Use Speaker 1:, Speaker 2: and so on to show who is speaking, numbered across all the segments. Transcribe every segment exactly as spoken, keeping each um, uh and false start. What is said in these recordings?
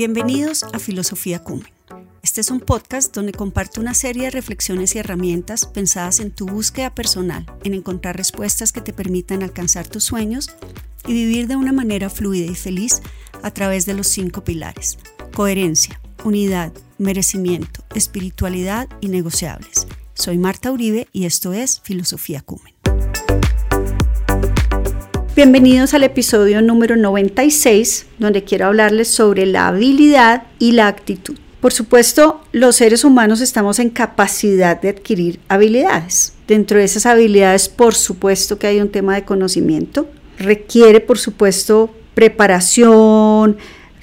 Speaker 1: Bienvenidos a Filosofía Cumen. Este es un podcast donde comparto una serie de reflexiones y herramientas pensadas en tu búsqueda personal, en encontrar respuestas que te permitan alcanzar tus sueños y vivir de una manera fluida y feliz a través de los cinco pilares: coherencia, unidad, merecimiento, espiritualidad y negociables. Soy Marta Uribe y esto es Filosofía Cumen. Bienvenidos al episodio número noventa y seis, donde quiero hablarles sobre la habilidad y la actitud. Por supuesto, los seres humanos estamos en capacidad de adquirir habilidades. Dentro de esas habilidades, por supuesto que hay un tema de conocimiento. Requiere, por supuesto, preparación,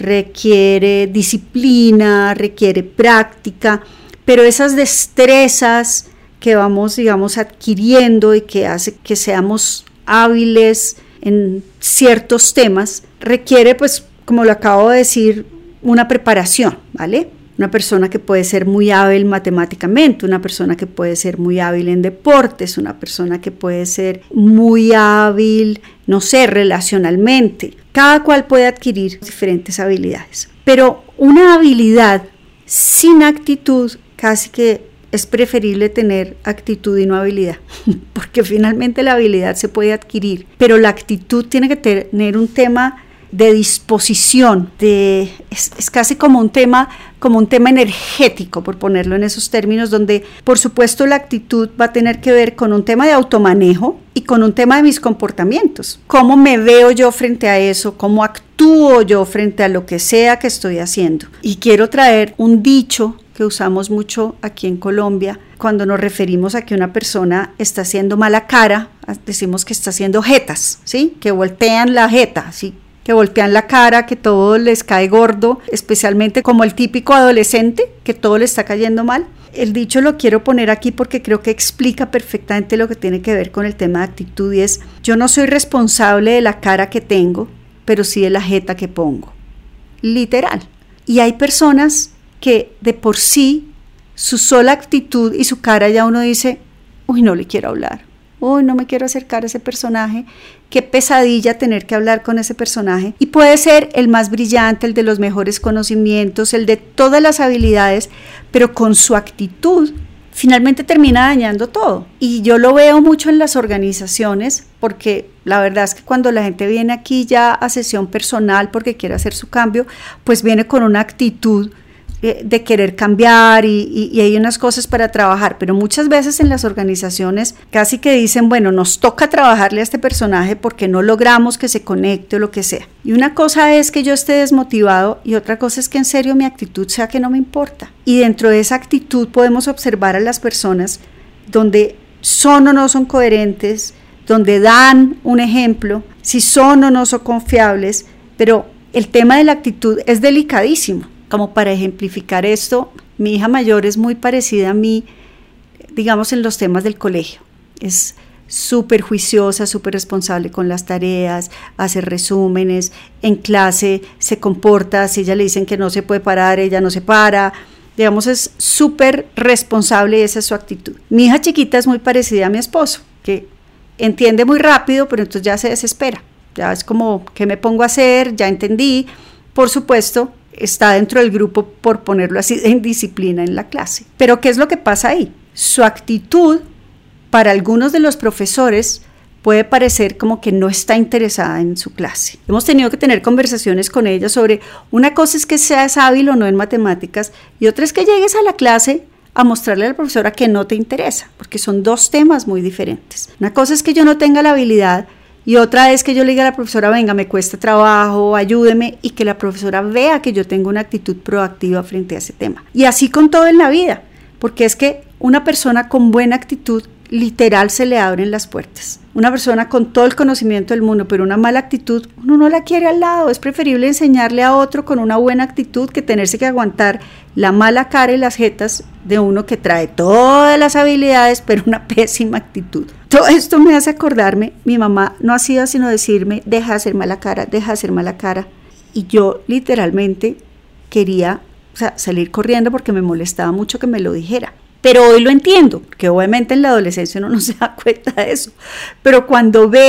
Speaker 1: requiere disciplina, requiere práctica, pero esas destrezas que vamos, digamos, adquiriendo y que hace que seamos hábiles en ciertos temas, requiere, pues, como lo acabo de decir, una preparación, ¿vale? Una persona que puede ser muy hábil matemáticamente, una persona que puede ser muy hábil en deportes, una persona que puede ser muy hábil, no sé, relacionalmente. Cada cual puede adquirir diferentes habilidades. Pero una habilidad sin actitud, casi que es preferible tener actitud y no habilidad, porque finalmente la habilidad se puede adquirir, pero la actitud tiene que tener un tema de disposición, de, es, es casi como un tema, como un tema energético, por ponerlo en esos términos, donde por supuesto la actitud va a tener que ver con un tema de automanejo y con un tema de mis comportamientos. ¿Cómo me veo yo frente a eso? ¿Cómo actúo yo frente a lo que sea que estoy haciendo? Y quiero traer un dicho que usamos mucho aquí en Colombia, cuando nos referimos a que una persona está haciendo mala cara, decimos que está haciendo jetas, ¿sí? Que voltean la jeta, ¿sí? Que voltean la cara, que todo les cae gordo, especialmente como el típico adolescente, que todo le está cayendo mal. El dicho lo quiero poner aquí porque creo que explica perfectamente lo que tiene que ver con el tema de actitud, y es: yo no soy responsable de la cara que tengo, pero sí de la jeta que pongo. Literal. Y hay personas que de por sí, su sola actitud y su cara, ya uno dice, uy, no le quiero hablar, uy, no me quiero acercar a ese personaje, qué pesadilla tener que hablar con ese personaje. Y puede ser el más brillante, el de los mejores conocimientos, el de todas las habilidades, pero con su actitud finalmente termina dañando todo. Y yo lo veo mucho en las organizaciones, porque la verdad es que cuando la gente viene aquí ya a sesión personal porque quiere hacer su cambio, pues viene con una actitud de querer cambiar y, y, y hay unas cosas para trabajar, pero muchas veces en las organizaciones casi que dicen, bueno, nos toca trabajarle a este personaje porque no logramos que se conecte o lo que sea. Y una cosa es que yo esté desmotivado y otra cosa es que en serio mi actitud sea que no me importa. Y dentro de esa actitud podemos observar a las personas donde son o no son coherentes, donde dan un ejemplo, si son o no son confiables, pero el tema de la actitud es delicadísimo. Como para ejemplificar esto, mi hija mayor es muy parecida a mí, digamos, en los temas del colegio. Es súper juiciosa, súper responsable con las tareas, hace resúmenes, en clase se comporta, si ella le dicen que no se puede parar, ella no se para. Digamos, es súper responsable y esa es su actitud. Mi hija chiquita es muy parecida a mi esposo, que entiende muy rápido, pero entonces ya se desespera. Ya es como, ¿qué me pongo a hacer? Ya entendí. Por supuesto, está dentro del grupo, por ponerlo así, de indisciplina en la clase. Pero ¿qué es lo que pasa ahí? Su actitud, para algunos de los profesores, puede parecer como que no está interesada en su clase. Hemos tenido que tener conversaciones con ella sobre, una cosa es que seas hábil o no en matemáticas, y otra es que llegues a la clase a mostrarle a la profesora que no te interesa, porque son dos temas muy diferentes. Una cosa es que yo no tenga la habilidad, y otra es que yo le diga a la profesora, venga, me cuesta trabajo, ayúdeme, y que la profesora vea que yo tengo una actitud proactiva frente a ese tema. Y así con todo en la vida, porque es que una persona con buena actitud, literal, se le abren las puertas. Una persona con todo el conocimiento del mundo, pero una mala actitud, uno no la quiere al lado. Es preferible enseñarle a otro con una buena actitud que tenerse que aguantar la mala cara y las jetas de uno que trae todas las habilidades, pero una pésima actitud. Todo esto me hace acordarme, mi mamá no hacía sino decirme, deja de hacer mala cara, deja de hacer mala cara. Y yo literalmente quería, o sea, salir corriendo porque me molestaba mucho que me lo dijera. Pero hoy lo entiendo, que obviamente en la adolescencia uno no se da cuenta de eso. Pero cuando veo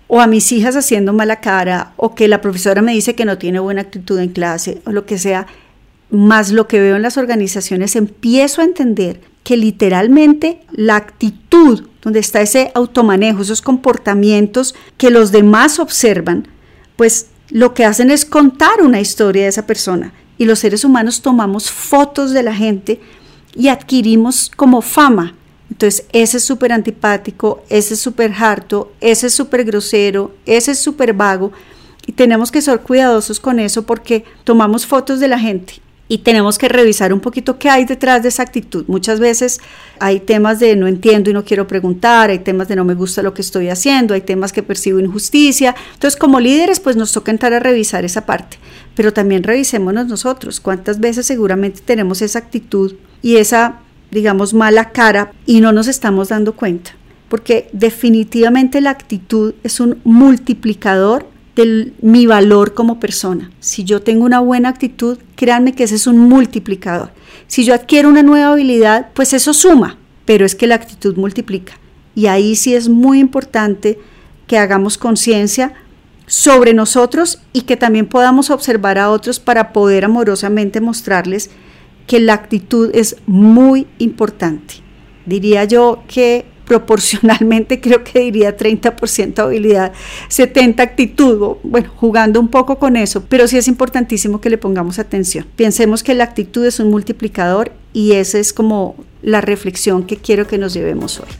Speaker 1: o a mis hijas haciendo mala cara, o que la profesora me dice que no tiene buena actitud en clase, o lo que sea, más lo que veo en las organizaciones, empiezo a entender que literalmente la actitud, donde está ese automanejo, esos comportamientos que los demás observan, pues lo que hacen es contar una historia de esa persona. Y los seres humanos tomamos fotos de la gente y adquirimos como fama. Entonces, ese es súper antipático, ese es súper harto, ese es súper grosero, ese es súper vago. Y tenemos que ser cuidadosos con eso porque tomamos fotos de la gente. Y tenemos que revisar un poquito qué hay detrás de esa actitud. Muchas veces hay temas de no entiendo y no quiero preguntar, hay temas de no me gusta lo que estoy haciendo, hay temas que percibo injusticia. Entonces, como líderes, pues nos toca entrar a revisar esa parte. Pero también revisémonos nosotros. ¿Cuántas veces seguramente tenemos esa actitud y esa, digamos, mala cara y no nos estamos dando cuenta? Porque definitivamente la actitud es un multiplicador de mi valor como persona. Si yo tengo una buena actitud, créanme que ese es un multiplicador. Si yo adquiero una nueva habilidad, pues eso suma, pero es que la actitud multiplica. Y ahí sí es muy importante que hagamos conciencia sobre nosotros y que también podamos observar a otros para poder amorosamente mostrarles que la actitud es muy importante. Diría yo que proporcionalmente creo que diría treinta por ciento habilidad, setenta por ciento actitud, bueno, jugando un poco con eso, pero sí es importantísimo que le pongamos atención. Pensemos que la actitud es un multiplicador y esa es como la reflexión que quiero que nos llevemos hoy.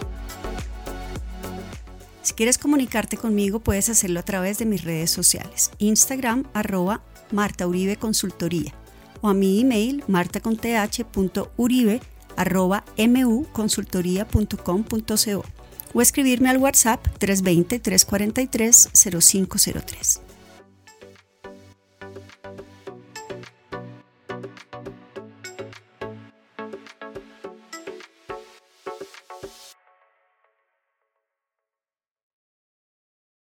Speaker 1: Si quieres comunicarte conmigo, puedes hacerlo a través de mis redes sociales, Instagram, arroba Marta Uribe Consultoría, o a mi email, martaconth.uribe arroba muconsultoría punto com punto co, o escribirme al WhatsApp tres dos cero, tres cuatro tres, cero cinco cero tres.